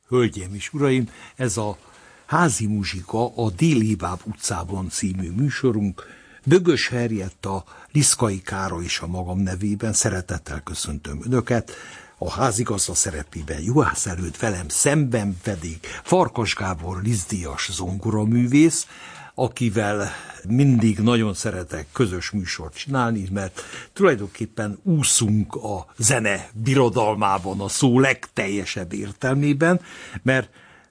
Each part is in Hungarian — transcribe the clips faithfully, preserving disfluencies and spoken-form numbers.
Hölgyeim és uraim, ez a Házi Muzsika, a Déli Báb utcában című műsorunk. Bögös Henrietta, Liszkai Károly és a magam nevében szeretettel köszöntöm Önöket. A házigazda szerepében Juhász előtt, velem szemben pedig Farkas Gábor Liszt-díjas zongoraművész, akivel mindig nagyon szeretek közös műsort csinálni, mert tulajdonképpen úszunk a zene birodalmában a szó legteljesebb értelmében, mert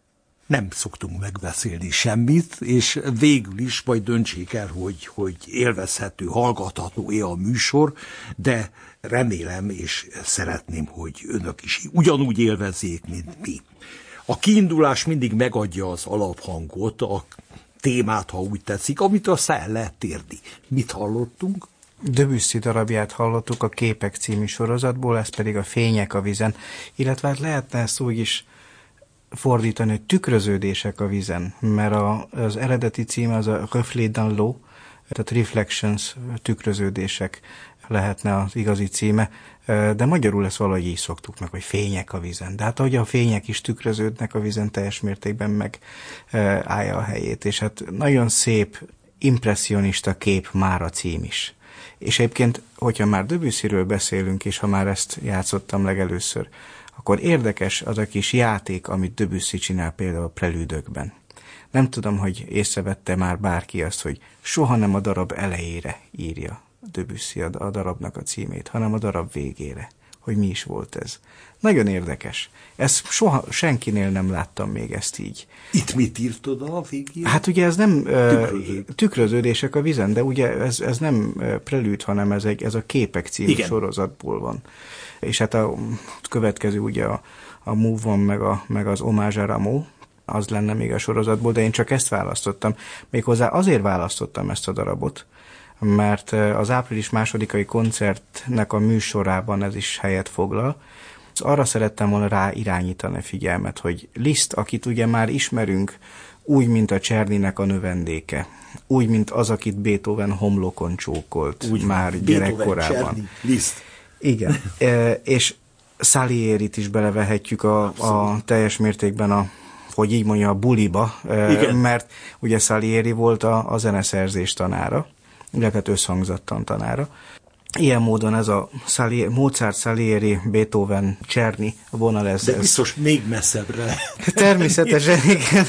nem szoktunk megbeszélni semmit, és végül is majd döntsék el, hogy, hogy élvezhető, hallgatható-e a műsor, de remélem és szeretném, hogy önök is ugyanúgy élvezzék, mint mi. A kiindulás mindig megadja az alaphangot, a témát, ha úgy tetszik, amit aztán el lehet térni. Mit hallottunk? Debussy darabját hallottuk a Képek című sorozatból, ez pedig a Fények a vízen, illetve hát lehetne ezt úgy is fordítani, hogy tükröződések a vízen, mert a, az eredeti címe az a Reflets dans l'eau, tehát Reflections, tükröződések lehetne az igazi címe, de magyarul ezt valahogy így szoktuk meg, hogy fények a vízen. De hát ahogy a fények is tükröződnek a vízen, teljes mértékben meg állja a helyét, és hát nagyon szép, impresszionista kép már a cím is. És egyébként, hogyha már Debussyről beszélünk, és ha már ezt játszottam legelőször, akkor érdekes az a kis játék, amit Debussy csinál például a prelűdökben. Nem tudom, hogy észrevette már bárki azt, hogy soha nem a darab elejére írja Debussy a darabnak a címét, hanem a darab végére, hogy mi is volt ez. Nagyon érdekes. Ezt soha senkinél nem láttam még ezt így. Itt mit írt oda a végére? Hát ugye ez nem Tükröződ. tükröződések a vízen, de ugye ez, ez nem prelűd, hanem ez, egy, ez a Képek című Igen. sorozatból van. És hát a következő ugye a, a Move van, meg, a, meg az Hommage à Rameau, az lenne még a sorozatból, de én csak ezt választottam. Méghozzá azért választottam ezt a darabot, mert az április másodikai koncertnek a műsorában ez is helyet foglal. Arra szerettem volna rá irányítani a figyelmet, hogy Liszt, akit ugye már ismerünk, úgy, mint a Czernynek a növendéke, úgy, mint az, akit Beethoven homlokon csókolt úgy már gyerekkorában. Czerny, Liszt. Igen, e, és Saliérit is belevehetjük a, a teljes mértékben a, hogy így mondja, a buliba, e, mert ugye Salieri volt a, a zeneszerzés tanára, illetve összhangzattan tanára. Ilyen módon ez a Salieri, Mozart, Salieri, Beethoven, Czerny vonal ez. De biztos ez. Még messzebbre. Természetesen, igen.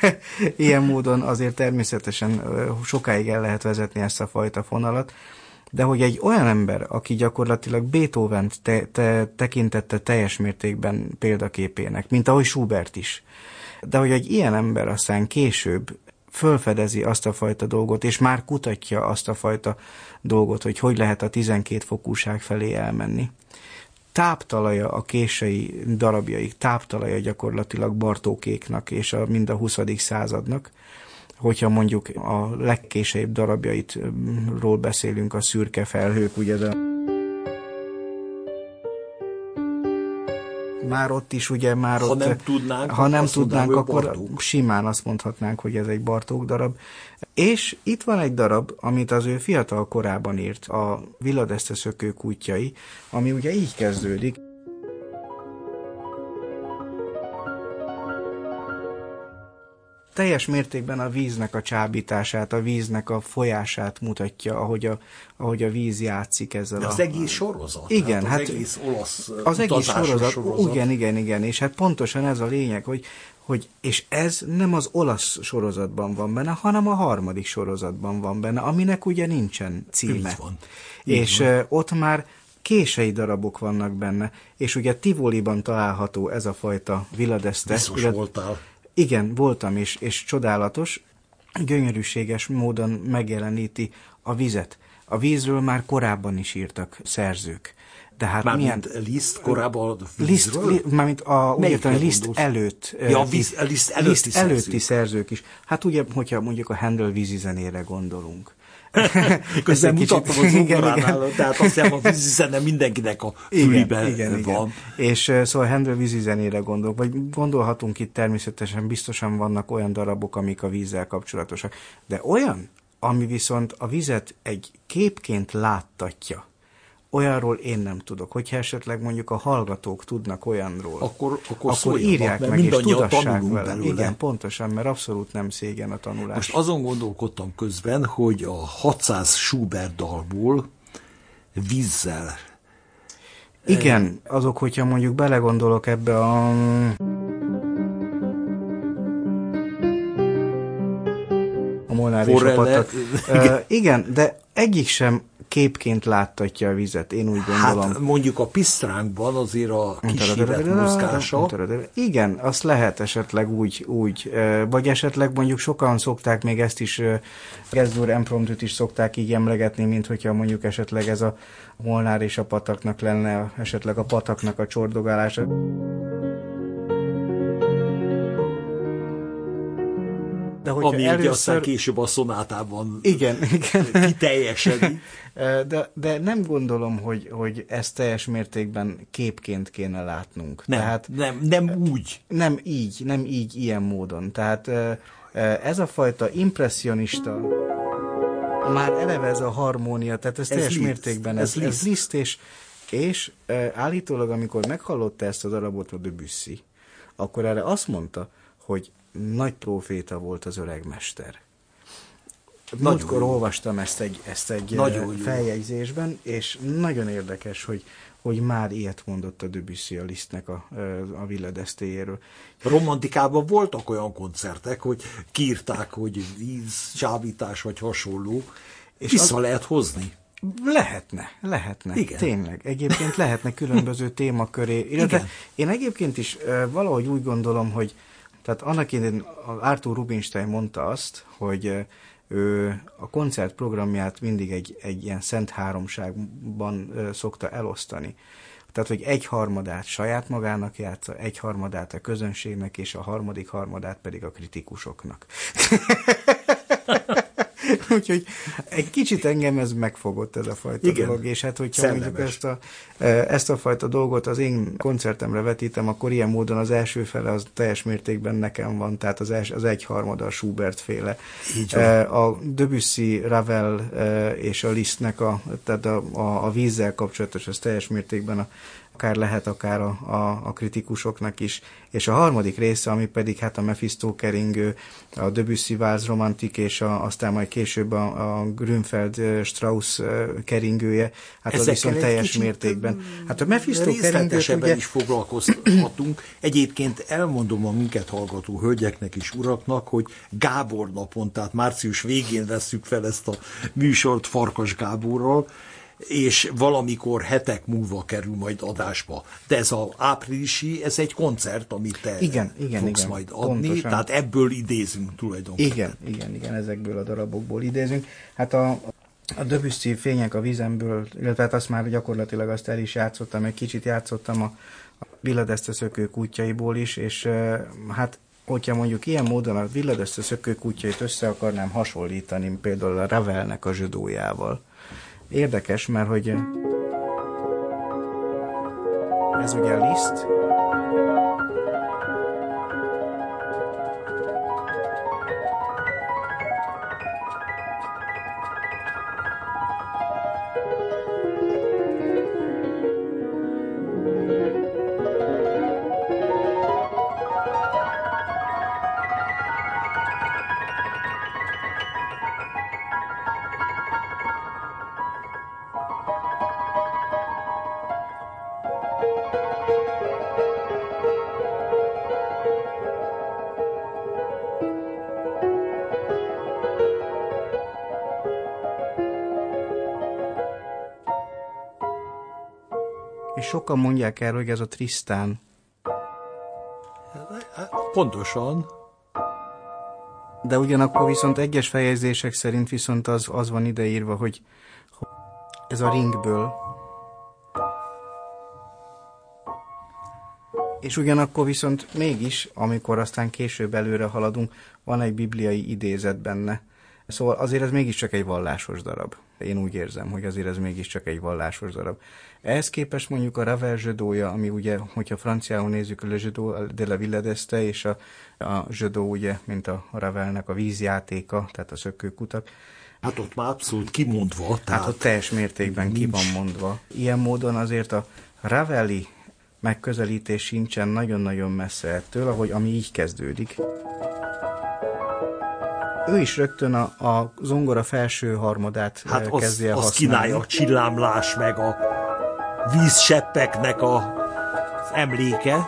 Ilyen módon azért természetesen sokáig el lehet vezetni ezt a fajta fonalat. De hogy egy olyan ember, aki gyakorlatilag Beethovent te, te, tekintette teljes mértékben példaképének, mint ahogy Schubert is, de hogy egy ilyen ember aztán később fölfedezi azt a fajta dolgot, és már kutatja azt a fajta dolgot, hogy hogy lehet a tizenkét fokúság felé elmenni. Táptalaja a késői darabjaik, táptalaja gyakorlatilag Bartókéknak és a, mind a huszadik századnak. Hogyha mondjuk a legkésőbb darabjaitról beszélünk, a Szürke felhők, ugye de már ott is, ugye már ha ott... Nem tudnánk, ha nem tudnánk, mondom, akkor Bartók. Simán azt mondhatnánk, hogy ez egy Bartók darab. És itt van egy darab, amit az ő fiatal korában írt, a Villa d'Este szökők útjai, ami ugye így kezdődik. Teljes mértékben a víznek a csábítását, a víznek a folyását mutatja, ahogy a, ahogy a víz játszik ezzel. De az a, egész sorozat. Igen, hát az hát egész olasz az egész sorozat, sorozat. Igen, igen, igen, és hát pontosan ez a lényeg, hogy, hogy és ez nem az olasz sorozatban van benne, hanem a harmadik sorozatban van benne, aminek ugye nincsen címe. Így van. És Így van. ott már kései darabok vannak benne, és ugye Tivoliban található ez a fajta Villa d'Este. Biztos ugye, voltál. Igen, voltam is, és csodálatos, gyönyörűséges módon megjeleníti a vizet. A vízről már korábban is írtak szerzők. Tehát Mármint milyen... Liszt korábban a Liszt, li, mármint a, úgy értem, Liszt előtt. Ja, a víz, a Liszt előtti, Liszt előtti szerzők. szerzők is. Hát ugye, hogyha mondjuk a Handel vízizenére gondolunk. Közben mutattam az zongoránnál, tehát azt hiszem a vízizene mindenkinek a füliben igen, igen, van. Igen. És uh, szóval Handel vízizenére gondolok, vagy gondolhatunk itt természetesen, biztosan vannak olyan darabok, amik a vízzel kapcsolatosak. De olyan, ami viszont a vizet egy képként láttatja, Olyanról én nem tudok. Hogyha esetleg mondjuk a hallgatók tudnak olyanról, akkor, akkor, akkor írják mert meg, és tudassák tanulunk velem. belőle. Igen, pontosan, mert abszolút nem szégyen a tanulás. Most azon gondolkodtam közben, hogy a hatszáz Schubert dalból vízzel. Igen, azok, hogyha mondjuk belegondolok ebbe a... a Molnár és a patak. Uh, igen, de egyik sem képként láttatja a vizet, én úgy gondolom. Hát mondjuk a pisztránkban azért a kísérlet mozgása. Igen, azt lehet esetleg úgy, úgy, vagy esetleg mondjuk sokan szokták még ezt is, Gezdur Empromptut is szokták így emlegetni, mint hogyha mondjuk esetleg ez a Molnár és a pataknak lenne, esetleg a pataknak a csordogálása. De ami először... ugye aztán később a szonátában igen, igen. kiteljesedik. De, de nem gondolom, hogy, hogy ezt teljes mértékben képként kéne látnunk. Nem, Tehát, nem, nem úgy. Nem így, nem így, ilyen módon. Tehát ez a fajta impressionista, már eleve ez a harmónia, tehát ez, ez teljes Liszt. mértékben ez, ez, ez Liszt, és, és állítólag, amikor meghallotta ezt a darabot a Debussy, akkor erre azt mondta, hogy nagy próféta volt az öreg mester. Múltkor olvastam ezt egy, ezt egy feljegyzésben, és nagyon érdekes, hogy, hogy már ilyet mondott a Debussy a Lisztnek a, a Villa d'Este-jéről. Romantikában voltak olyan koncertek, hogy kiírták, hogy víz, csábítás vagy hasonló, és vissza az... lehet hozni. Lehetne, lehetne. Igen. Tényleg. Egyébként lehetne különböző témaköré. Illetve én egyébként is valahogy úgy gondolom, hogy tehát annak idején Arthur Rubinstein mondta azt, hogy ő a koncertprogramját mindig egy, egy ilyen szent háromságban szokta elosztani. Tehát, hogy egy harmadát saját magának játsza, egy harmadát a közönségnek, és a harmadik harmadát pedig a kritikusoknak. Úgyhogy egy kicsit engem ez megfogott, ez a fajta igen, dolog, és hát hogyha szellemes. Mondjuk ezt a, ezt a fajta dolgot az én koncertemre vetítem, akkor ilyen módon az első fele az teljes mértékben nekem van, tehát az, els, az egyharmada a Schubert féle. A Debussy, Ravel és a Lisztnek a, tehát a, a, a vízzel kapcsolatos, az teljes mértékben a akár lehet, akár a, a, a kritikusoknak is. És a harmadik része, ami pedig hát a Mephisto keringő, a Debussy Vals romantik, és a, aztán majd később a, a Grünfeld Strauss keringője, hát az viszont teljes mértékben. Hát a Mephisto keringőt ugye... is foglalkozhatunk. Egyébként elmondom a minket hallgató hölgyeknek és uraknak, hogy Gábor napon, tehát március végén vesszük fel ezt a műsort Farkas Gáborral, és valamikor hetek múlva kerül majd adásba. De ez az áprilisi, ez egy koncert, amit te igen, igen, fogsz igen, majd adni, pontosan. Tehát ebből idézünk tulajdonképpen. Igen, igen, igen, ezekből a darabokból idézünk. Hát a, a Debussy Fények a vízemből, illetve hát azt már gyakorlatilag azt el is játszottam, egy kicsit játszottam a, a Villa d'Este szökők útjaiból is, és hát hogyha mondjuk ilyen módon a Villa d'Este szökők útjait össze akarnám hasonlítani, például a Ravelnek a Zsödójával. Érdekes, mert hogy ez ugye a Liszt, és sokan mondják el, hogy ez a Tristan. Pontosan. De ugyanakkor viszont egyes feljegyzések szerint viszont az, az van ideírva, hogy ez a Ringből. És ugyanakkor viszont mégis, amikor aztán később előre haladunk, van egy bibliai idézet benne. Szóval azért ez mégiscsak egy vallásos darab. Én úgy érzem, hogy azért ez mégiscsak egy vallásos darab. Ehhez képest mondjuk a Ravel Zsödója, ami ugye, hogyha franciául nézzük, a Le Jeu de la Villa d'Este, és a, a Zsödó ugye, mint a Ravelnek a vízjátéka, tehát a szökőkutak. Hát ott már abszolút kimondva. Tehát... Hát ott teljes mértékben nincs. Ki van mondva. Ilyen módon azért a Raveli megközelítés sincsen nagyon-nagyon messze ettől, ahogy ami így kezdődik. Ő is rögtön a, a zongora felső harmadát hát kezdi el az, használni. az kínálja a csillámlás, meg a vízseppeknek a, az emléke.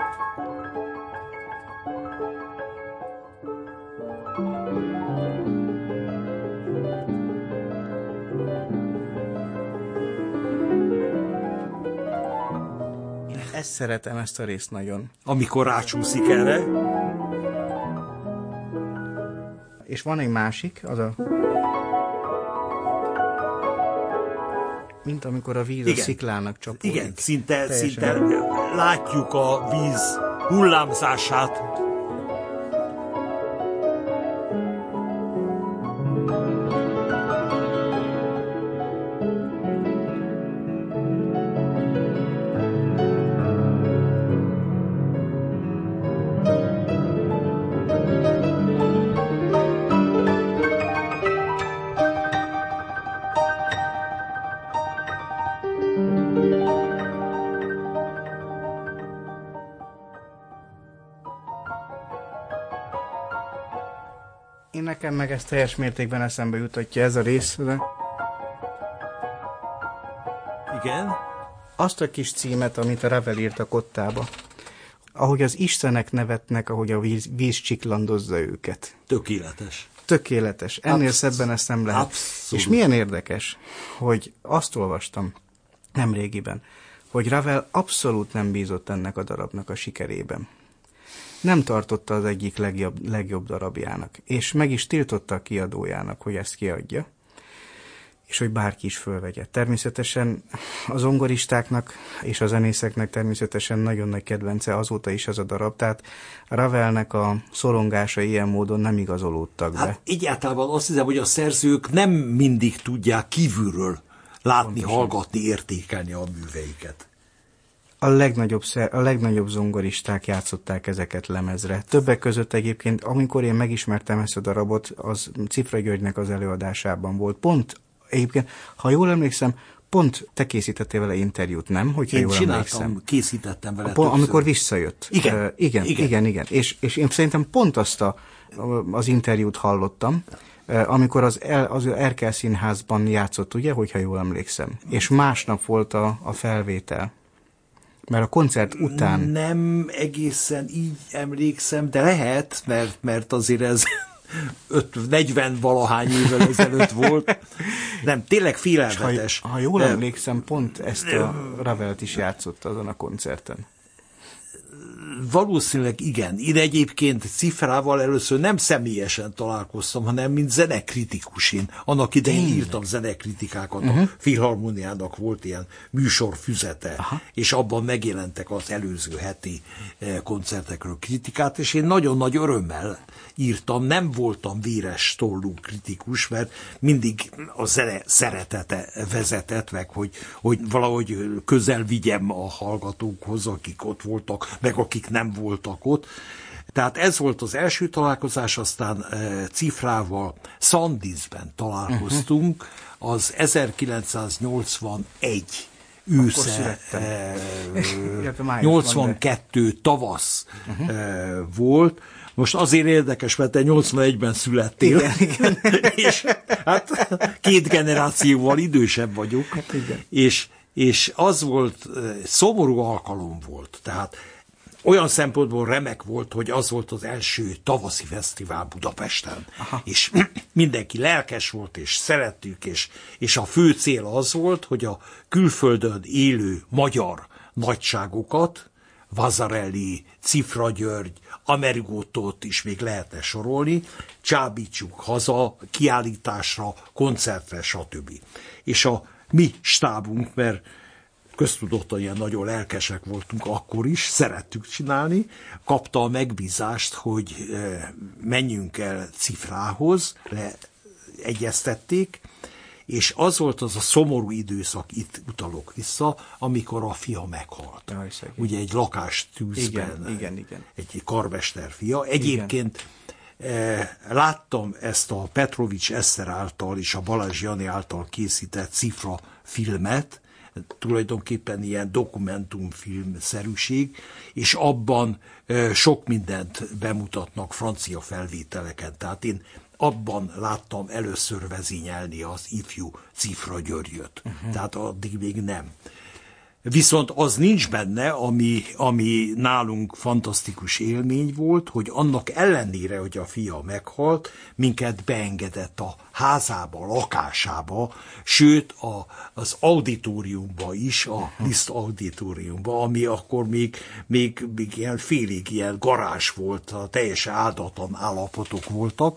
Ezt szeretem, ezt a részt nagyon. Amikor rácsúszik erre. És van egy másik, az a... Mint amikor a víz igen. a sziklának csapódik. Igen, szinte, szinte látjuk a víz hullámzását. Én nekem meg ezt teljes mértékben eszembe jutatja ez a rész. De... Igen? Azt a kis címet, amit a Ravel írt a kottába. Ahogy az istenek nevetnek, ahogy a víz, víz csiklandozza őket. Tökéletes. Tökéletes. Ennél Absz- szebben ezt nem lehet. Abszolút. És milyen érdekes, hogy azt olvastam nemrégiben, hogy Ravel abszolút nem bízott ennek a darabnak a sikerében. Nem tartotta az egyik legjobb, legjobb darabjának, és meg is tiltotta a kiadójának, hogy ezt kiadja, és hogy bárki is fölvegye. Természetesen a zongoristáknak és a zenészeknek természetesen nagyon nagy kedvence azóta is ez a darab, tehát Ravelnek a szorongása ilyen módon nem igazolódtak be. Hát egyáltalán azt hiszem, hogy a szerzők nem mindig tudják kívülről látni, pontosan. Hallgatni, értékelni a műveiket. A legnagyobb, szer, a legnagyobb zongoristák játszották ezeket lemezre. Többek között egyébként, amikor én megismertem ezt a darabot, az Cifra Györgynek az előadásában volt. Pont, egyébként, ha jól emlékszem, pont te készítettél vele interjút, nem? Hogyha én jól csináltam, emlékszem. készítettem vele Pont, amikor visszajött. Igen. Uh, igen, igen, igen, igen. És, és én szerintem pont azt a, az interjút hallottam, uh, amikor az, El, az Erkel Színházban játszott, ugye, hogyha jól emlékszem. És másnap volt a, a felvétel. Mert a koncert után... Nem egészen így emlékszem, de lehet, mert, mert azért ez negyven valahány évvel ezelőtt volt. Nem, tényleg félelmetes. Ha, ha jól emlékszem, pont ezt a Ravelt is játszott azon a koncerten. Valószínűleg igen. Én egyébként Cifrával először nem személyesen találkoztam, hanem mint zenekritikus. Én annak idején Tényleg? írtam zenekritikákat. Uh-huh. A Filharmoniának volt ilyen műsorfüzete, Aha. és abban megjelentek az előző heti koncertekről kritikát, és én nagyon nagy örömmel írtam. Nem voltam véres tollú kritikus, mert mindig a zene szeretete vezetett meg, hogy, hogy valahogy közel vigyem a hallgatókhoz, akik ott voltak, meg akik nem voltak ott. Tehát ez volt az első találkozás, aztán e, Cifrával Szandizben találkoztunk, uh-huh. az ezerkilencszáznyolcvanegy ősze, e, nyolcvankettő tavasz uh-huh. e, volt. Most azért érdekes, mert te nyolcvanegyben születtél, igen, igen. és hát két generációval idősebb vagyok, és, és az volt, szomorú alkalom volt, tehát olyan szempontból remek volt, hogy az volt az első tavaszi fesztivál Budapesten. Aha. És mindenki lelkes volt, és szerettük, és, és a fő cél az volt, hogy a külföldön élő magyar nagyságokat, Vasarely, Cifra György, Amerigottót is még lehetne sorolni, csábítsuk haza, kiállításra, koncertre, stb. És a mi stábunk, mert köztudottan ilyen nagyon lelkesek voltunk akkor is, szerettük csinálni, kapta a megbízást, hogy menjünk el Cifrához, leegyeztették, és az volt az a szomorú időszak, itt utalok vissza, amikor a fia meghalt. Jaj, ugye egy lakástűzben, igen, igen, igen. egy karmester fia. Egyébként láttam ezt a Petrovics Eszter által és a Balázs Jani által készített Cifra filmet, tulajdonképpen ilyen dokumentumfilmszerűség, és abban sok mindent bemutatnak francia felvételeken. Tehát én abban láttam először vezényelni az ifjú Cifra Györgyöt. Uh-huh. Tehát addig még nem. Viszont az nincs benne, ami, ami nálunk fantasztikus élmény volt, hogy annak ellenére, hogy a fia meghalt, minket beengedett a házába, a lakásába, sőt a, az auditoriumba is, a Liszt auditoriumba, ami akkor még, még, még ilyen félig ilyen garázs volt, a teljesen áldatlan állapotok voltak.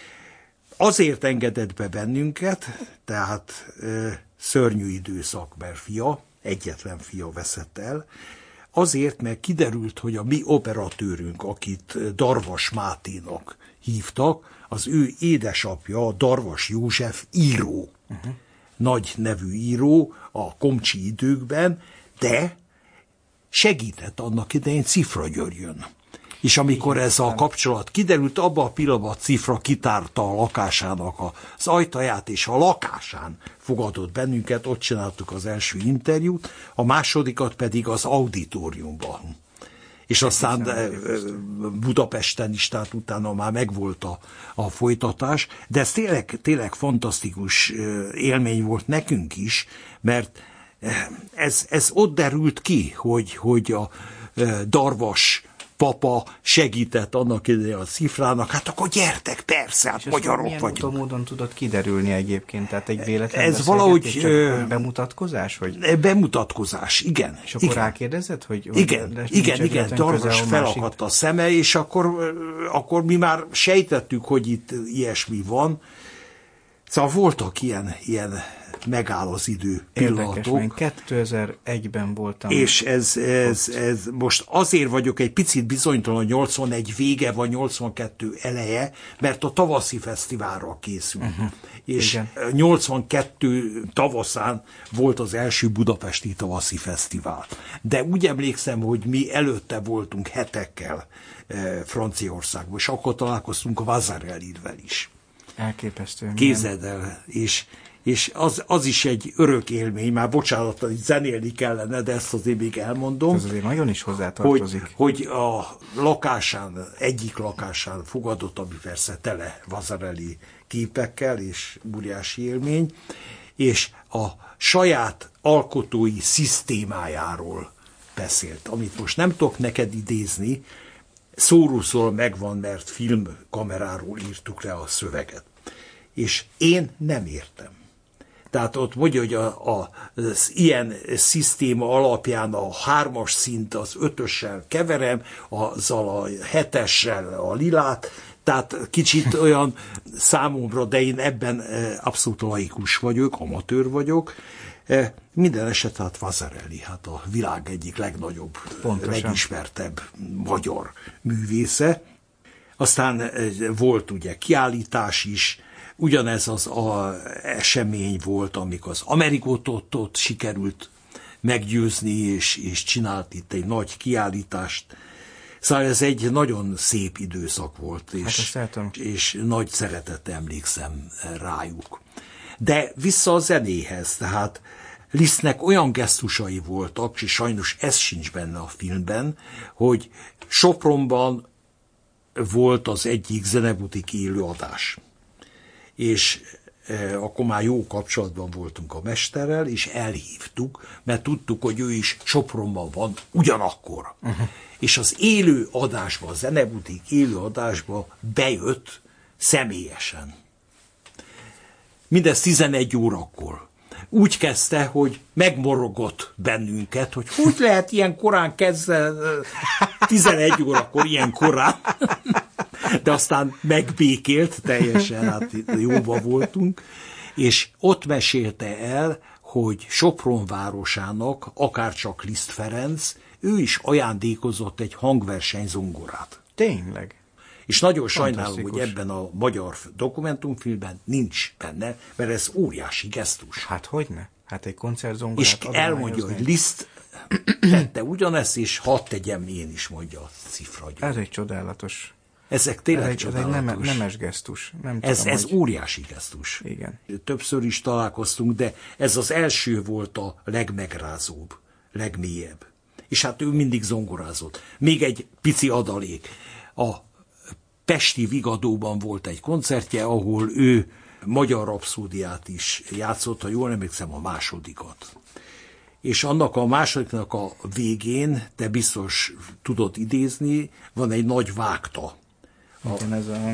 Azért engedett be bennünket, tehát ö, szörnyű időszak, mert fia, egyetlen fia veszett el, azért, mert kiderült, hogy a mi operatőrünk, akit Darvas Máténak hívtak, az ő édesapja, Darvas József író, uh-huh. nagy nevű író a komcsi időkben, de segített annak idején Cifra Györgyön. És amikor ez a kapcsolat kiderült, abban a pillanatban Cifra kitárta a lakásának az ajtaját, és a lakásán fogadott bennünket, ott csináltuk az első interjút, a másodikat pedig az auditoriumban. És aztán Budapesten is, tehát utána már megvolt a, a folytatás, de ez tényleg, tényleg fantasztikus élmény volt nekünk is, mert ez, ez ott derült ki, hogy, hogy a Darvas papa segített annak idején a Cifrának, hát akkor gyertek, persze, hát magyarok vagyunk. És milyen módon tudott kiderülni egyébként? Tehát egy véletlen ez valahogy csak bemutatkozás? Vagy? Bemutatkozás, igen. És akkor igen. rákérdezett, hogy... Igen, hogy igen, igen, Darvas felakadt a szeme, és akkor, akkor mi már sejtettük, hogy itt ilyesmi van. Szóval voltak ilyen, ilyen megáll az idő pillanatok. Érdekes, én kétezer-egyben voltam. És ez, ez, ez most azért vagyok egy picit bizonytalan, nyolcvanegy vége vagy nyolcvankettő eleje, mert a tavaszi fesztiválra készült. Uh-huh. És igen. nyolcvankettő tavaszán volt az első budapesti tavaszi fesztivál. De úgy emlékszem, hogy mi előtte voltunk hetekkel eh, Franciaországban, és akkor találkoztunk a Vasarely-vel is. Elképesztő. Képzeld el, és és az, az is egy örök élmény, már bocsánat, hogy zenélni kellene, de ezt azért még elmondom. Ez azért nagyon is hozzátartozik. Hogy, hogy a lakásán, egyik lakásán fogadott, ami persze tele Vasarely képekkel, és óriási élmény, és a saját alkotói szisztémájáról beszélt, amit most nem tudok neked idézni, szóról megvan, mert filmkameráról írtuk le a szöveget. És én nem értem. Tehát ott mondja, hogy a, a, az ilyen szisztéma alapján a hármas szint az ötössel keverem, azzal a hetessel a lilát, tehát kicsit olyan számomra, de én ebben abszolút laikus vagyok, amatőr vagyok. Minden eset, hát Vasarely, hát a világ egyik legnagyobb, pontosan legismertebb magyar művésze. Aztán volt ugye kiállítás is, ugyanez az a esemény volt, amikor az Amerigotot sikerült meggyőzni, és, és csinált itt egy nagy kiállítást. Szóval ez egy nagyon szép időszak volt, és, hát és nagy szeretettel emlékszem rájuk. De vissza a zenéhez, tehát Lisztnek olyan gesztusai voltak, és sajnos ez sincs benne a filmben, hogy Sopronban volt az egyik zenebutik élőadás. És e, akkor már jó kapcsolatban voltunk a mesterrel, és elhívtuk, mert tudtuk, hogy ő is Sopronban van ugyanakkor. Uh-huh. És az élő adásba, a zenebutik élő adásba bejött személyesen. Mindez tizenegy órakor. Úgy kezdte, hogy megmorogott bennünket, hogy hogy lehet ilyen korán kezdve, tizenegy órakor ilyen korán. De aztán megbékélt teljesen, hát jóba voltunk, és ott mesélte el, hogy Sopron városának, akárcsak Liszt Ferenc, ő is ajándékozott egy hangverseny zongorát. Tényleg? És nagyon sajnálom, hogy ebben a magyar dokumentumfilmben nincs benne, mert ez óriási gesztus. Hát hogyne? Hát egy koncertzongorát és elmondja, hogy Liszt tette ugyanezt, és hadd tegyem én is, mondja a Cifra György. Ez egy csodálatos Ezek tényleg ez egy, csodálatos. Ez egy neme, nemes gesztus. Nem ez tudom, ez hogy... óriási gesztus. Igen. Többször is találkoztunk, de ez az első volt a legmegrázóbb, legmélyebb. És hát ő mindig zongorázott. Még egy pici adalék. A pesti Vigadóban volt egy koncertje, ahol ő Magyar Rapszódiát is játszott, ha jól emlékszem, a másodikat. És annak a másodiknak a végén, te biztos tudod idézni, van egy nagy vágta. A... Igen, ez a...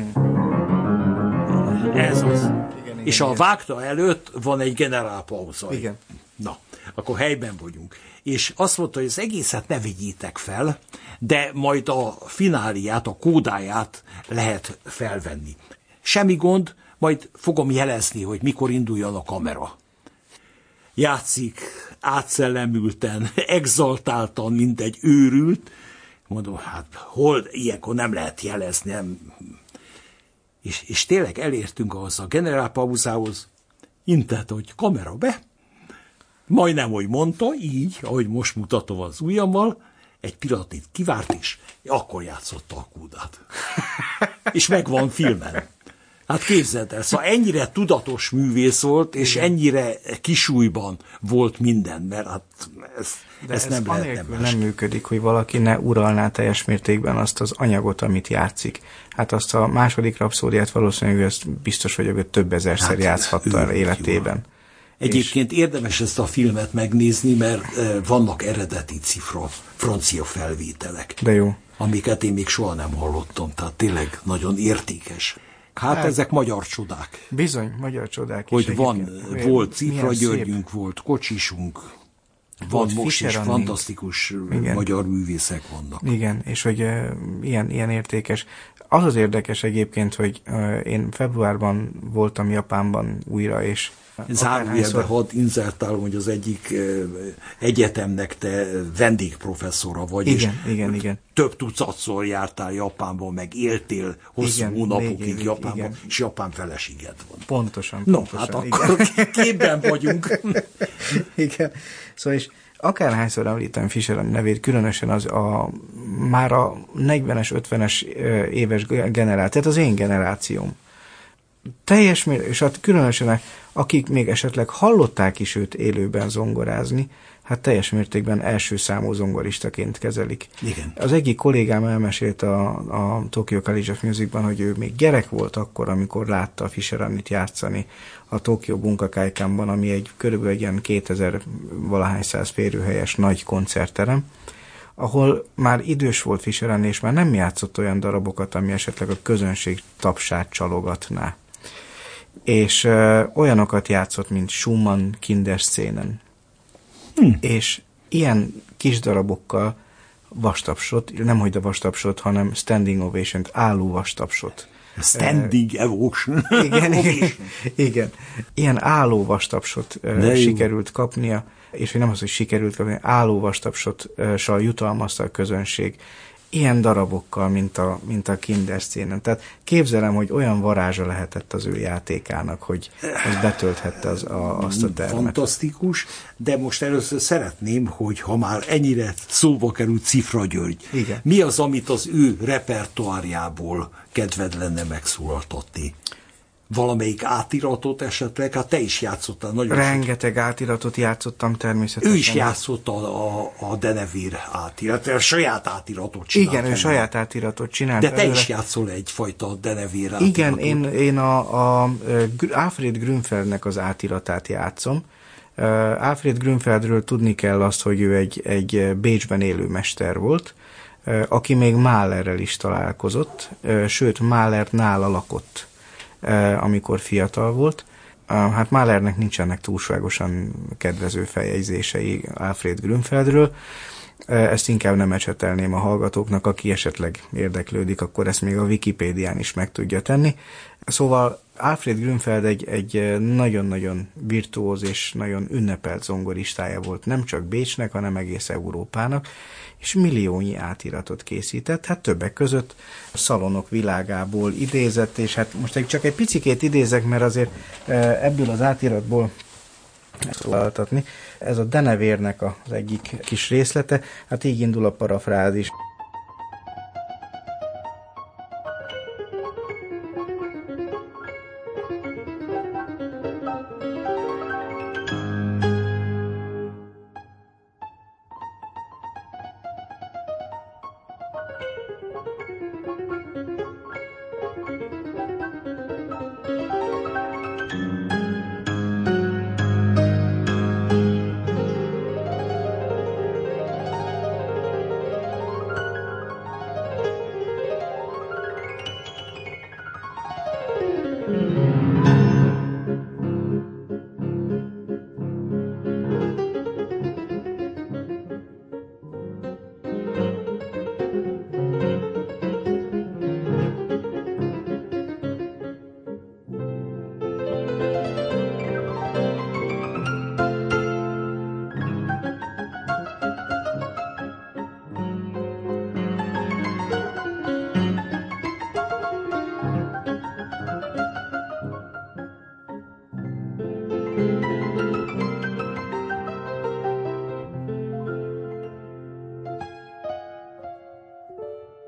Ez az. Igen, igen, és a igen. vágta előtt van egy generálpauza. Igen. Na, akkor helyben vagyunk. És azt mondta, hogy az egészet ne vigyétek fel, de majd a fináliát, a kódáját lehet felvenni. Semmi gond, majd fogom jelezni, hogy mikor induljon a kamera. Játszik átszellemülten, exaltáltan, mint egy őrült. Mondom, hát hol ilyenkor nem lehet jelezni, nem... És, és tényleg elértünk ahhoz a generálpauzához, intett, hogy kamera be, majdnem, hogy mondta, így, ahogy most mutatom az ujjammal, egy pillanatig kivárt, és akkor játszotta a kódát. És megvan filmen. Hát képzeld el, szóval ennyire tudatos művész volt, és igen. ennyire kisújban volt minden, mert hát ez, De ez ez nem lehet nem nem működik, hogy valaki ne uralná teljes mértékben azt az anyagot, amit játszik. Hát azt a második rapszódiát valószínűleg ezt biztos vagyok, hogy több ezerszer hát, játszhatta életében. Jó. Egyébként és... érdemes ezt a filmet megnézni, mert vannak eredeti cifra, francia felvételek. De jó. Amiket én még soha nem hallottam, tehát tényleg nagyon értékes. Hát, hát ezek magyar csodák. Bizony, magyar csodák hogy is. Hogy van, volt Cifra Györgyünk, volt kocsisunk, van volt most is fantasztikus igen. magyar művészek vannak. Igen, és hogy uh, ilyen, ilyen értékes. Az az érdekes egyébként, hogy uh, én februárban voltam Japánban újra, és zárójelbe hadd inzertálom, hogy az egyik uh, egyetemnek te vendégprofesszora vagy, igen, és igen, igen. több tucatszor jártál Japánban, meg éltél hosszú igen, hónapokig évig, Japánban, igen. és japán feleséged van. Pontosan. No, pontosan, hát akkor igen. képben vagyunk. Igen. Szóval és akárhányszor említem Fischer nevét, különösen az a már a negyvenes, ötvenes éves generáció, tehát az én generációm. Teljes mértékben, és hát különösen akik még esetleg hallották is őt élőben zongorázni, hát teljes mértékben első számú zongoristaként kezelik. Igen. Az egyik kollégám elmesélt a, a Tokyo College of Musicban, hogy ő még gyerek volt akkor, amikor látta a Fischer Annit játszani a Tokyo Bunkakájkánban, ami egy körülbelül egy ilyen kétezer valahány száz férőhelyes nagy koncertterem, ahol már idős volt Fischer Anni, és már nem játszott olyan darabokat, ami esetleg a közönség tapsát csalogatná. És ö, olyanokat játszott, mint Schumann Kinderszénen. Hm. És ilyen kis darabokkal vastapsot, nemhogy a vastapsot, hanem standing ovation-t, álló vastapsot. Standing uh, ovation. Igen, igen, igen. Ilyen álló vastapsot uh, sikerült kapnia, és hogy nem az, hogy sikerült kapni, álló vastapsotsal jutalmazta a közönség. Ilyen darabokkal, mint a, mint a Kinderszénen. Tehát képzelem, hogy olyan varázsa lehetett az ő játékának, hogy az betölthette az, a, azt a termet. Fantasztikus, de most először szeretném, hogy ha már ennyire szóba került Cifra György, igen. mi az, amit az ő repertoárjából kedved lenne megszólaltatni? Valamelyik átiratot esetleg? Hát te is játszottál nagyon rengeteg sok. Átiratot játszottam természetesen. Ő is játszott a, a, a Denevére átirat, a saját átiratot csinált. Igen, ő saját átiratot csinált. De te előre. Is játszol egyfajta Denevére átiratot. Igen, én, én a, a Alfred Grünfeldnek az átiratát játszom. Uh, Alfred Grünfeldről tudni kell azt, hogy ő egy, egy Bécsben élő mester volt, uh, aki még Mahlerrel is találkozott, uh, sőt Mahler nála lakott, amikor fiatal volt. Hát Mahlernek nincsenek túlságosan kedvező feljegyzései Alfred Grünfeldről. Ezt inkább nem ecsetelném a hallgatóknak, aki esetleg érdeklődik, akkor ezt még a Wikipédián is meg tudja tenni. Szóval Alfred Grünfeld egy, egy nagyon-nagyon virtuóz és nagyon ünnepelt zongoristája volt, nem csak Bécsnek, hanem egész Európának, és milliónyi átiratot készített, hát többek között a szalonok világából idézett, és hát most csak egy picikét idézek, mert azért ebből az átiratból szólaltatni. Ez a Denevérnek az egyik kis részlete, hát így indul a parafrázis.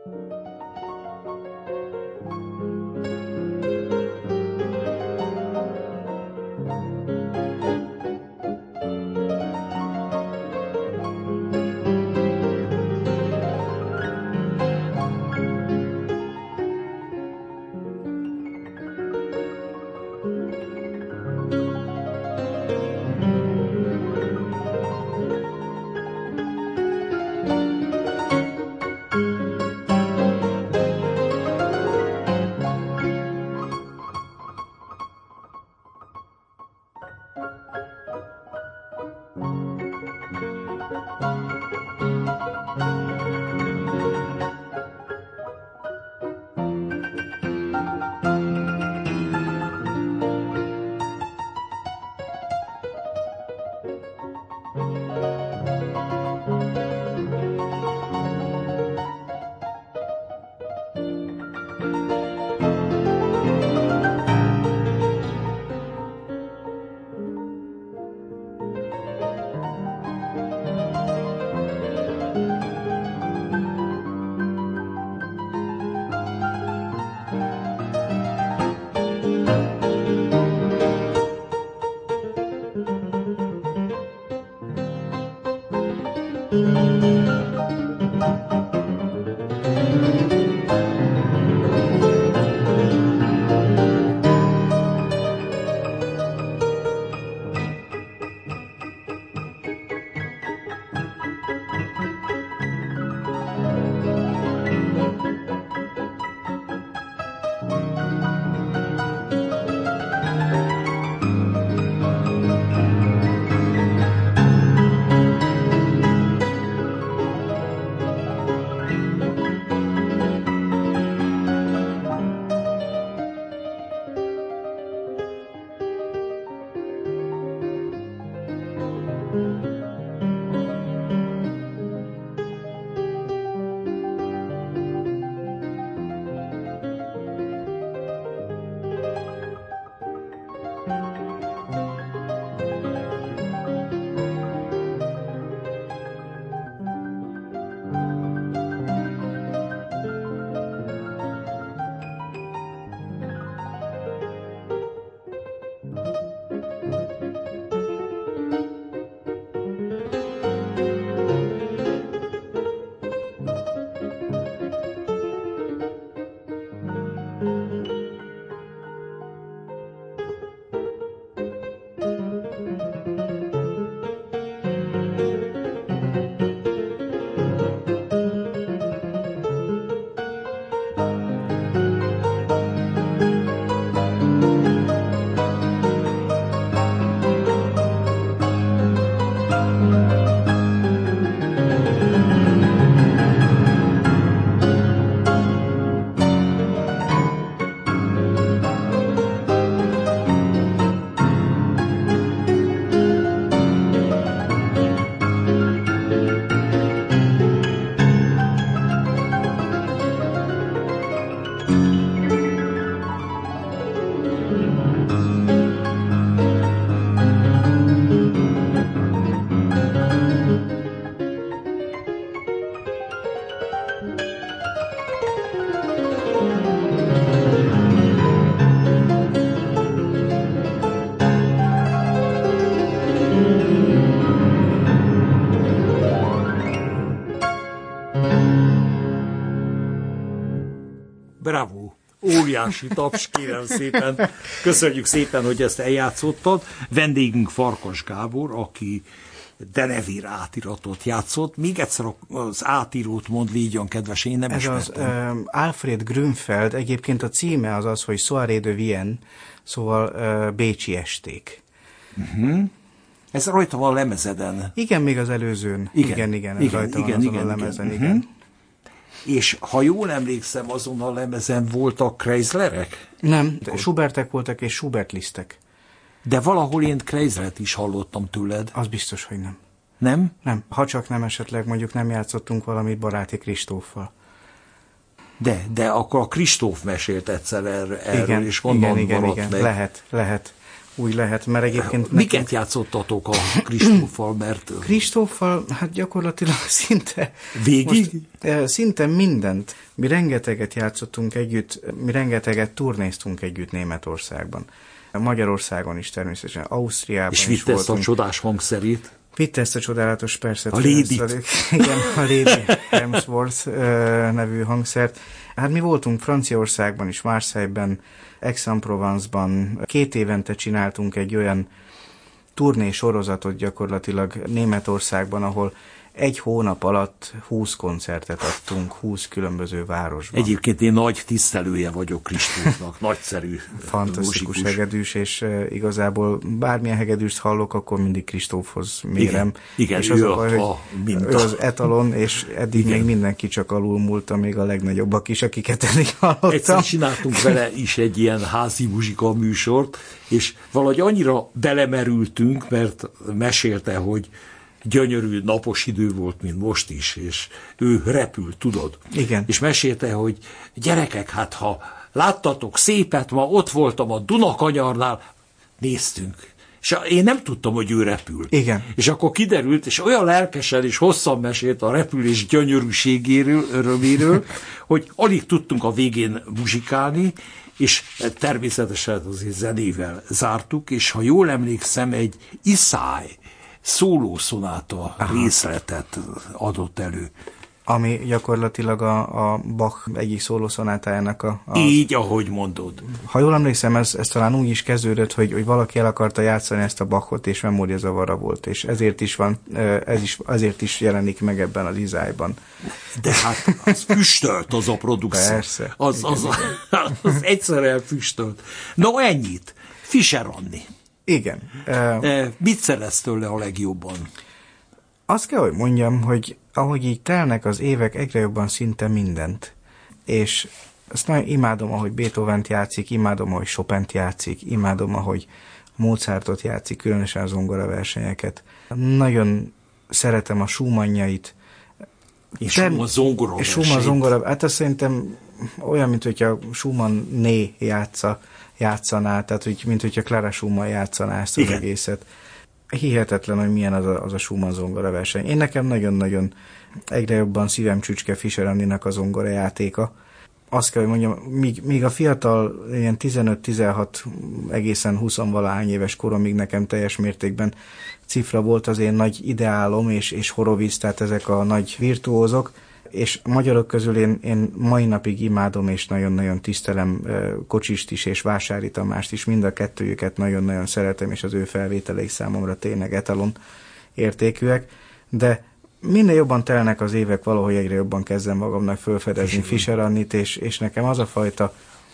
Bravo! Óriási taps, kérem szépen. Köszönjük szépen, hogy ezt eljátszottad. Vendégünk Farkas Gábor, aki Denevir átiratot játszott. Még egyszer az átírót mond, légy kedves, én nem Ez ismertem. az uh, Alfred Grünfeld, egyébként a címe az az, hogy Soirée de Vienne, szóval uh, Bécsi esték. Uh-huh. Ez rajta van a lemezeden. Igen, még az előzőn. Igen, igen, igen, igen, rajta igen, van azon igen, a lemezen, igen. igen. Uh-huh. És ha jól emlékszem, azon a lemezen voltak Kreislerek? Nem, de Schubertek voltak és Schubert-lisztek. De valahol én Kreislert is hallottam tőled. Az biztos, hogy nem. Nem? Nem, ha csak nem esetleg mondjuk nem játszottunk valamit Baráti Kristóffal. De, de akkor a Kristóf mesélt egyszer erről, igen, és onnan igen, igen, maradt igen. meg. Lehet, lehet. úgy lehet, mert egyébként... Miket nekünk... játszottatok a Kristóffal, mert... Kristóffal, hát gyakorlatilag szinte... Végig? Most, szinte mindent. Mi rengeteget játszottunk együtt, mi rengeteget turnéztunk együtt Németországban. Magyarországon is természetesen, Ausztriában és is vitte voltunk. És vitte ezt a csodás hangszerét? Vitte ezt a csodálatos, persze. A Lady. Igen, a Lady Hemsworth nevű hangszert. Hát mi voltunk Franciaországban is, Marseille-ben, Aix-en-Provence-ban. Két évente csináltunk egy olyan turné sorozatot gyakorlatilag Németországban, ahol egy hónap alatt húsz koncertet adtunk, húsz különböző városban. Egyébként én nagy tisztelője vagyok Kristófnak, nagyszerű fantasztikus musikus. hegedűs, és uh, igazából bármilyen hegedűst hallok, akkor mindig Kristófhoz mérem. Igen, igen, és ő, az a, a, a minta. Ő az etalon, és eddig igen. még mindenki csak alul múlta, még a legnagyobbak is, akiket eddig hallottam. Egyszer csináltunk vele is egy ilyen házi muzsika műsort, és valahogy annyira belemerültünk, mert mesélte, hogy gyönyörű napos idő volt, mint most is, és ő repült, tudod? Igen. És mesélte, hogy gyerekek, hát ha láttatok szépet, ma ott voltam a Dunakanyarnál, néztünk. És én nem tudtam, hogy ő repül. Igen. És akkor kiderült, és olyan lelkesen és hosszan mesélt a repülés gyönyörűségéről, öröméről, hogy alig tudtunk a végén muzsikálni, és természetesen azért zenével zártuk, és ha jól emlékszem, egy Iszály szólószonáta részletet adott elő. Ami gyakorlatilag a, a Bach egyik szólószonátájának a, a... Így, ahogy mondod. Ha jól emlékszem, ez, ez talán úgy is kezdődött, hogy, hogy valaki el akarta játszani ezt a Bachot, és memóriazavara volt, és ezért is van, ez is, ezért is jelenik meg ebben az Izályban. De hát az füstölt az a produkció. Persze. Az, az, az, az egyszerűen füstölt. No, ennyit. Fischer Anni. Igen. E, mit szeretsz tőle a legjobban? Azt kell, hogy mondjam, hogy ahogy így telnek az évek, egyre jobban szinte mindent. És azt nagyon imádom, ahogy Beethovent játszik, imádom, ahogy Chopint játszik, imádom, ahogy Mozartot játszik, különösen a zongoraversenyeket. Nagyon szeretem a Schumannjait. És Schumann zongora És Schumann zongora, hát azt szerintem olyan, mint hogyha Schumann-né játsza, játszaná, tehát hogy, mint hogyha Clara Schumann játszaná ezt az igen. egészet. Hihetetlen, hogy milyen az a, az a Schumann zongora verseny. Én nekem nagyon-nagyon egyre jobban szívem csücske Fischer Anninak a zongora játéka. Azt kell, hogy mondjam, míg, míg a fiatal ilyen tizenöt-tizenhat egészen húsz-valahány éves koromig nekem teljes mértékben Cifra volt az én nagy ideálom, és, és Horowitz, tehát ezek a nagy virtuózok, és a magyarok közül én, én mai napig imádom, és nagyon-nagyon tisztelem Kocsist is, és Vásári Tamást is, mind a kettőjüket nagyon-nagyon szeretem, és az ő felvételeik számomra tényleg etalon értékűek, de minél jobban telnek az évek, valahogy egyre jobban kezdem magamnak felfedezni Fischer Annit, és, és nekem az a fajta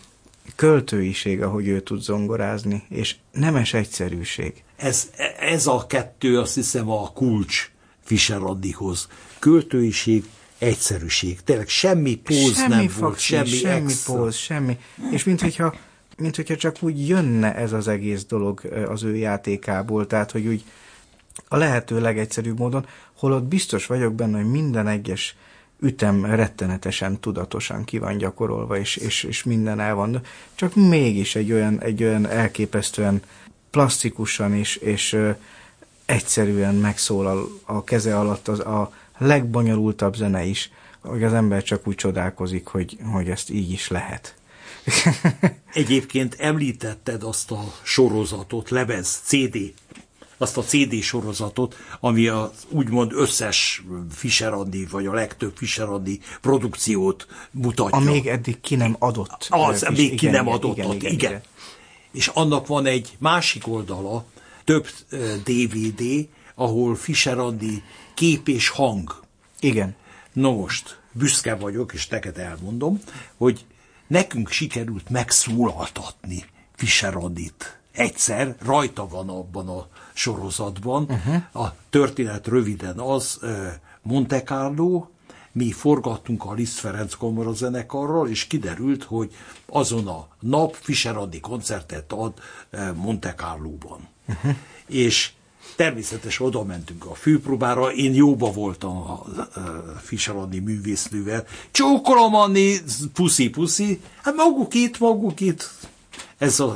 költőiség, ahogy ő tud zongorázni, és nemes egyszerűség. Ez, ez a kettő, azt hiszem, a kulcs Fischer Annihoz. Költőiség, egyszerűség. Tényleg semmi póz semmi nem faxi, volt, semmi semmi extra. póz, semmi. És minthogyha, minthogyha csak úgy jönne ez az egész dolog az ő játékából, tehát hogy úgy a lehető legegyszerűbb módon, holott biztos vagyok benne, hogy minden egyes ütem rettenetesen tudatosan ki van gyakorolva, és, és, és minden el van. Csak mégis egy olyan, egy olyan elképesztően plastikusan és, és ö, egyszerűen megszólal a keze alatt az a legbonyolultabb zene is, hogy az ember csak úgy csodálkozik, hogy, hogy ezt így is lehet. Egyébként említetted azt a sorozatot, lemez, cé dé, azt a cé dé sorozatot, ami az úgymond összes Fischer Anni, vagy a legtöbb Fischer Anni produkciót mutatja. A még eddig ki nem adott. Az, Fis- még ki igen, nem adott. igen, igen, igen, igen. És annak van egy másik oldala, több dé vé dé, ahol Fischer Anni kép és hang. Igen. No most, büszke vagyok, és neked elmondom, hogy nekünk sikerült megszólaltatni Fischer Annit. Egyszer rajta van abban a sorozatban. Uh-huh. A történet röviden az, Monte Carlo, mi forgattunk a Liszt Ferenc kamarazenekarral, és kiderült, hogy azon a nap Fischer Anni koncertet ad Monte Carlóban. Uh-huh. És természetesen oda mentünk a főpróbára, én jóba voltam a Fischer Anni művésznővel. Csókolom, Anni, puszi, puszi. Hát maguk itt, maguk itt. Ez a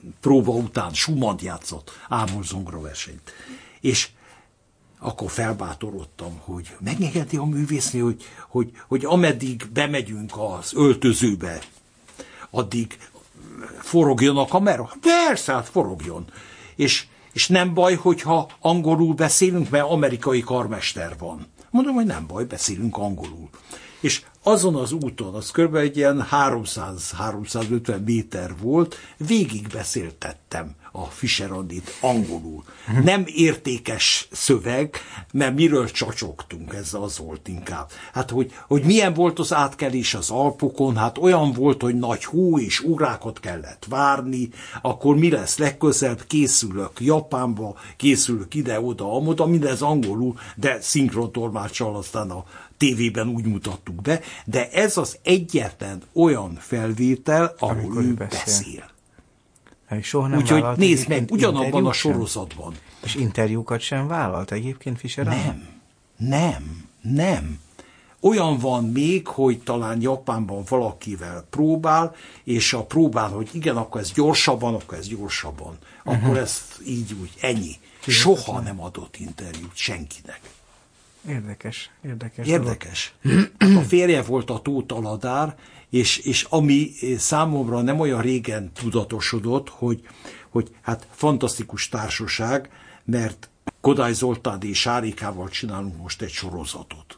próba után Schumann játszott ámol zongoraversenyt. És akkor felbátorodtam, hogy megengedi a művésznő, hogy, hogy, hogy ameddig bemegyünk az öltözőbe, addig forogjon a kamera? Persze, hát forogjon. És, és nem baj, hogyha angolul beszélünk, mert amerikai karmester van. Mondom, hogy nem baj, beszélünk angolul. És azon az úton, az kb. Egy ilyen háromszáz-háromszázötven méter volt, végig beszéltettem a Fischer Andit angolul. Nem értékes szöveg, mert miről csacsogtunk, ez az volt inkább. Hát, hogy, hogy milyen volt az átkelés az Alpokon, hát olyan volt, hogy nagy hó és órákat kellett várni, akkor mi lesz legközelebb, készülök Japánba, készülök ide-oda, amoda, mindez angolul, de szinkrontolmáccsal aztán a tévében úgy mutattuk be, de ez az egyetlen olyan felvétel, ahol amikor ő beszél. beszél. Soha nem Úgyhogy vállalt nézd meg, ugyanabban interjút a sem? sorozatban. És interjúkat sem vállalt egyébként Fischer Andi? Nem, nem, nem. Olyan van még, hogy talán Japánban valakivel próbál, és a próbál, hogy igen, akkor ez gyorsabban, akkor ez gyorsabban. Akkor uh-huh. ezt így úgy, ennyi. Soha nem adott interjút senkinek. Érdekes, érdekes. Érdekes. Hát a férje volt a Tóth Aladár, és, és ami számomra nem olyan régen tudatosodott, hogy, hogy hát fantasztikus társaság, mert Kodály Zoltán és Sárikával csinálunk most egy sorozatot.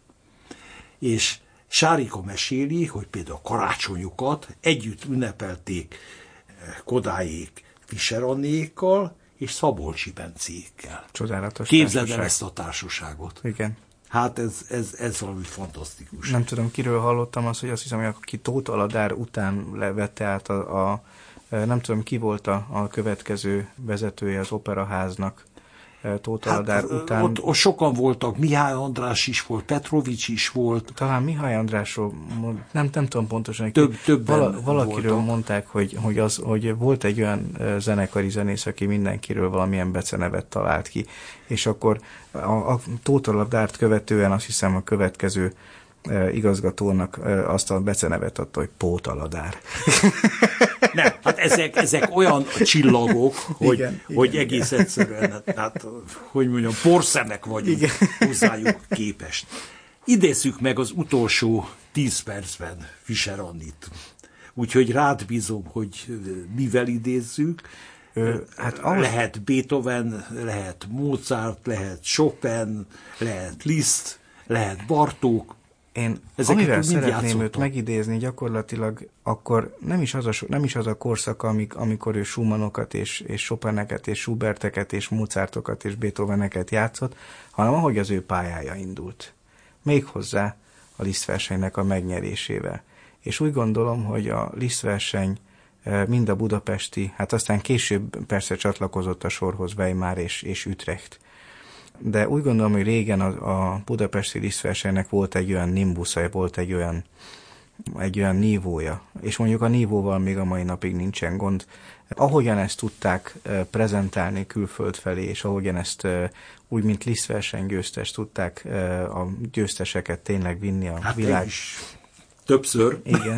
És Sárika meséli, hogy például a karácsonyukat együtt ünnepelték Kodályék Fischer Annékkal, és Szabolcsi Bencékkel. Csodálatos. Képzeld el ezt a társaságot. Igen. Hát ez, ez, ez valami fantasztikus. Nem tudom, kiről hallottam azt, hogy azt hiszem, hogy aki Tóth Aladár után levette át a, a nem tudom, ki volt a, a következő vezetője az operaháznak. Tóth Aladár hát, után... Ott, ott sokan voltak, Mihály András is volt, Petrovics is volt. Talán Mihály Andrásról, nem, nem tudom pontosan, Több, többen vala, valakiről voltak. mondták, hogy, hogy, az, hogy volt egy olyan zenekari zenész, aki mindenkiről valamilyen becenevet talált ki, és akkor a, a Tóth Aladárt követően azt hiszem a következő igazgatónak azt a becenevet adta, hogy Pót Aladár. Nem, hát ezek, ezek olyan csillagok, hogy, igen, hogy igen, egész igen. egyszerűen, hát, hogy mondjam, porszemek vagyunk igen. hozzájuk képest. Idézzük meg az utolsó tíz percben Fischer Andit. Úgyhogy rád bízom, hogy mivel idézzük. Ö, hát ahhoz... Lehet Beethoven, lehet Mozart, lehet Chopin, lehet Liszt, lehet Bartók. Én ezeket amivel szeretném őt megidézni gyakorlatilag, akkor nem is az a, nem is az a korszak, amik, amikor ő Schumannokat és, és Chopineket és Schuberteket és Mozartokat és Beethoveneket játszott, hanem ahogy az ő pályája indult. Méghozzá a Liszt versenynek a megnyerésével. És úgy gondolom, hogy a Liszt verseny mind a budapesti, hát aztán később persze csatlakozott a sorhoz Weimar és, és Utrecht. De úgy gondolom, hogy régen a, a budapesti Liszt-versenynek volt egy olyan nimbusza, volt egy olyan, egy olyan nívója, és mondjuk a nívóval még a mai napig nincsen gond. Ahogyan ezt tudták prezentálni külföld felé, és ahogyan ezt úgy, mint Liszt-verseny győztes tudták a győzteseket tényleg vinni a hát világ... Többször. Igen.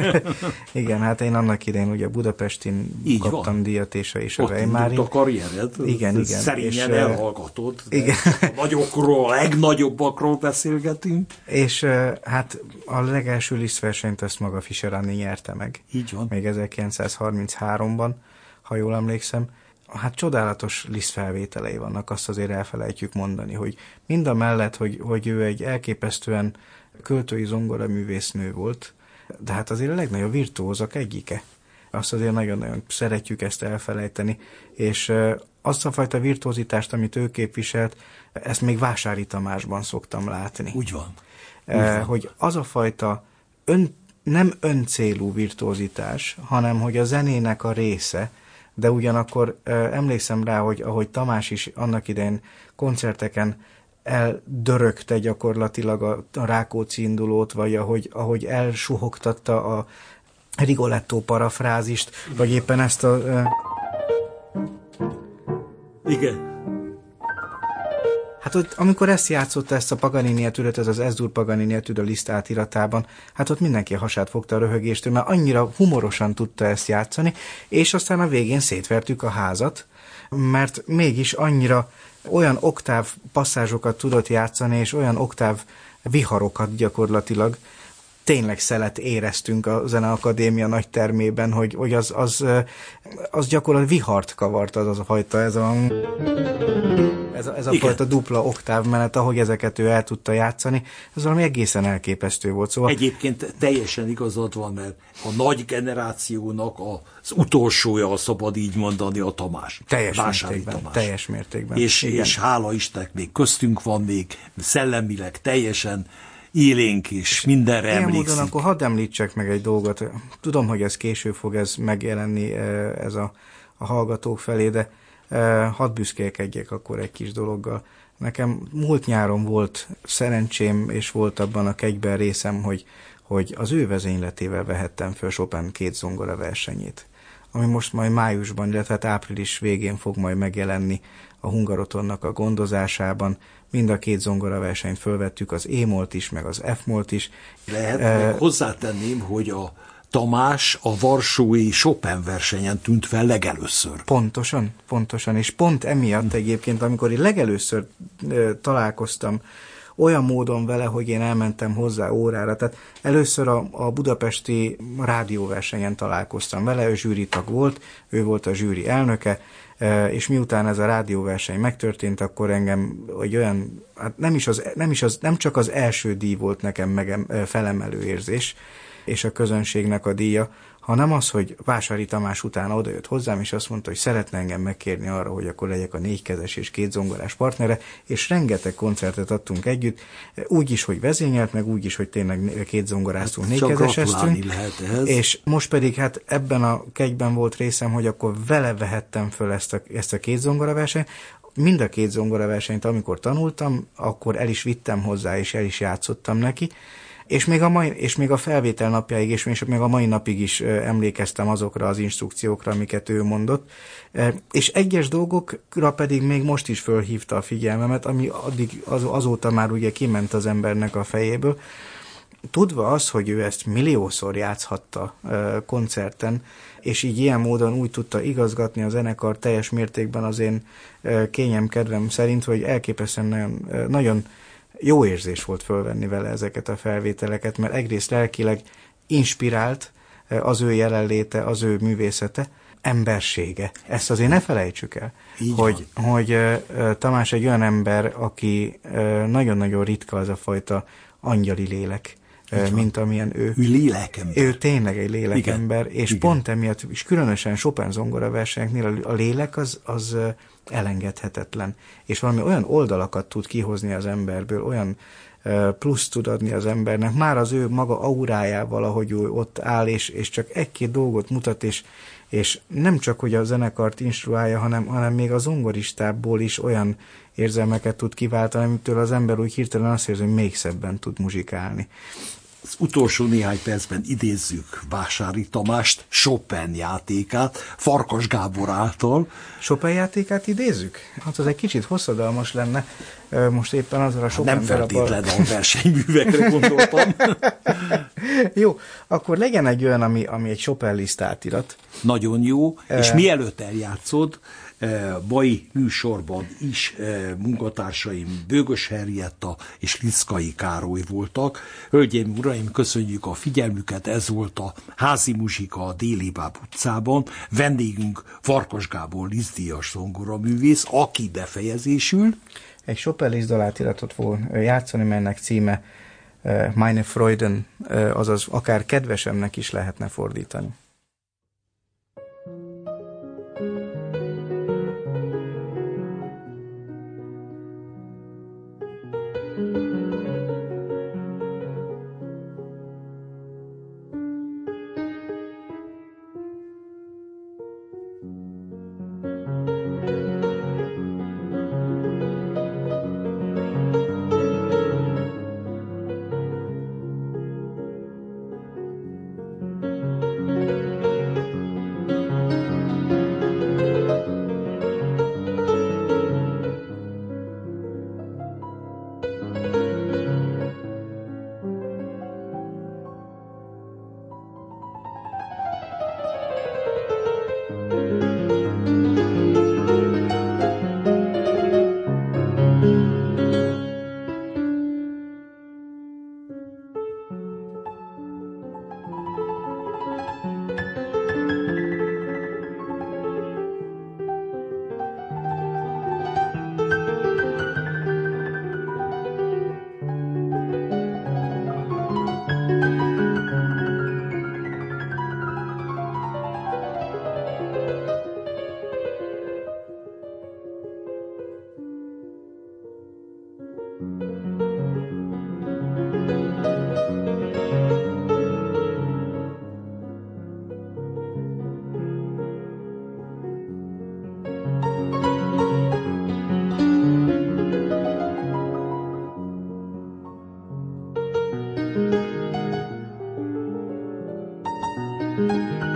Igen, hát én annak idején ugye Budapestin így kaptam van. díjat, és a, és a Weimarin. Ott a karriered. Igen, igen. Szerényen és, elhallgatod. Igen. A nagyokról, a legnagyobbakról beszélgetünk. És hát a legelső Liszt versenyt ezt maga Fischer Andi nyerte meg. Így van. Még ezerkilencszázharminchárom-ban, ha jól emlékszem. Hát csodálatos Liszt felvételei vannak, azt azért elfelejtjük mondani, hogy mind a mellett, hogy, hogy ő egy elképesztően költői zongoraművésznő volt, de hát azért a legnagyobb virtuózak egyike. Azt azért nagyon-nagyon szeretjük ezt elfelejteni, és azt a fajta virtuózitást, amit ő képviselt, ezt még Vásári Tamásban szoktam látni. Úgy van. Úgy van. Hogy az a fajta ön, nem öncélú virtuózitás, hanem hogy a zenének a része, de ugyanakkor emlékszem rá, hogy ahogy Tamás is annak idején koncerteken eldörögte gyakorlatilag a, a Rákóczi indulót, vagy ahogy, ahogy elsuhogtatta a Rigoletto parafrázist, vagy éppen ezt a... Uh... Igen. Hát ott, amikor ezt játszotta, ezt a Paganini etüdöt, ez az Ez-dur Paganini etüd a Liszt átiratában, hát ott mindenki a hasát fogta a röhögéstől, mert annyira humorosan tudta ezt játszani, és aztán a végén szétvertük a házat, mert mégis annyira olyan oktáv passzázsokat tudott játszani, és olyan oktáv viharokat gyakorlatilag, tényleg szelet éreztünk a Zeneakadémia nagy termében, hogy, hogy az, az, az gyakorlatilag vihart kavart az, az a fajta, ez a, ez a, ez a fajta dupla oktávmenet, ahogy ezeket ő el tudta játszani, ez valami egészen elképesztő volt. Szóval... Egyébként teljesen igazad van, mert a nagy generációnak az utolsója, a szabad így mondani, a Tamás. Teljes Vásári mértékben. Tamás. Teljes mértékben. És, és hála Istennek még köztünk van, még szellemileg teljesen élénk és mindenre ilyen emlékszik. Módon, akkor hadd említsek meg egy dolgot. Tudom, hogy ez később fog ez megjelenni ez a, a hallgatók felé, de hadd büszkélkedjek akkor egy kis dologgal. Nekem múlt nyáron volt szerencsém, és volt abban a kegyben részem, hogy, hogy az ő vezényletével vehettem föl Chopin két zongora versenyét, ami most majd májusban, illetve hát április végén fog majd megjelenni a Hungarotonnak a gondozásában. Mind a két zongoraversenyt fölvettük, az E-molt is, meg az F-molt is. Lehet, uh, hozzátenném, hogy a Tamás a varsói Chopin versenyen tűnt fel legelőször. Pontosan, pontosan, és pont emiatt egyébként, amikor én legelőször uh, találkoztam olyan módon vele, hogy én elmentem hozzá órára, tehát először a, a budapesti rádióversenyen találkoztam vele, ő zsűritag volt, ő volt a zsűri elnöke, és miután ez a rádióverseny megtörtént, akkor engem egy olyan, hát nem is, az, nem is az, nem csak az első díj volt nekem meg felemelő érzés, és a közönségnek a díja, hanem az, hogy Vásári Tamás utána odajött hozzám, és azt mondta, hogy szeretne engem megkérni arra, hogy akkor legyek a négykezes és két zongorás partnere, és rengeteg koncertet adtunk együtt, úgy is, hogy vezényelt, meg úgy is, hogy tényleg két zongoráztunk, hát négykezeseztünk, és most pedig hát ebben a kegyben volt részem, hogy akkor vele vehettem föl ezt a, ezt a két zongoraversenyt. Mind a két zongoraversenyt, amikor tanultam, akkor el is vittem hozzá, és el is játszottam neki, És még, a mai, és még a felvétel napjáig, és még a mai napig is emlékeztem azokra az instrukciókra, amiket ő mondott. És egyes dolgokra pedig még most is fölhívta a figyelmemet, ami addig az, azóta már ugye kiment az embernek a fejéből. Tudva az, hogy ő ezt milliószor játszhatta koncerten, és így ilyen módon úgy tudta igazgatni a zenekar teljes mértékben az én kényem kedvem szerint, hogy elképesztően nagyon, nagyon jó érzés volt fölvenni vele ezeket a felvételeket, mert egyrészt lelkileg inspirált az ő jelenléte, az ő művészete, embersége. Ezt azért ne felejtsük el, így hogy, hogy Tamás egy olyan ember, aki nagyon-nagyon ritka az a fajta angyali lélek, mint amilyen ő. Ő lélekember. Ő tényleg egy lélekember, igen, és igen. Pont emiatt, és különösen Chopin zongora versenyeknél a lélek az, az elengedhetetlen, és valami olyan oldalakat tud kihozni az emberből, olyan plusz tud adni az embernek, már az ő maga aurájával, ahogy ő ott áll, és, és csak egy-két dolgot mutat, és, és nem csak, hogy a zenekart instruálja, hanem, hanem még a zongoristából is olyan érzelmeket tud kiváltani, amitől az ember úgy hirtelen azt érzi, hogy még szebben tud muzsikálni. Az utolsó néhány percben idézzük Vásári Tamást, Chopin játékát, Farkas Gábor által. Chopin játékát idézzük? Hát az egy kicsit hosszadalmas lenne, most éppen azra a Chopin nem feltétlenül a versenyművekre gondoltam. Jó, akkor legyen egy olyan, ami, ami egy Chopin liszt átirat. Nagyon jó, és e... mielőtt eljátszod, mai műsorban is munkatársaim Bögös Henrietta és Liszkai Károly voltak. Hölgyeim, uraim, köszönjük a figyelmüket, ez volt a Házi Muzsika a Déli Báb utcában. Vendégünk Farkas Gábor Liszt-díjas zongoraművész, aki befejezésül egy Chopin Liszt dalátiratot fog játszani, melynek címe Meine Freuden, azaz akár kedvesemnek is lehetne fordítani. thank you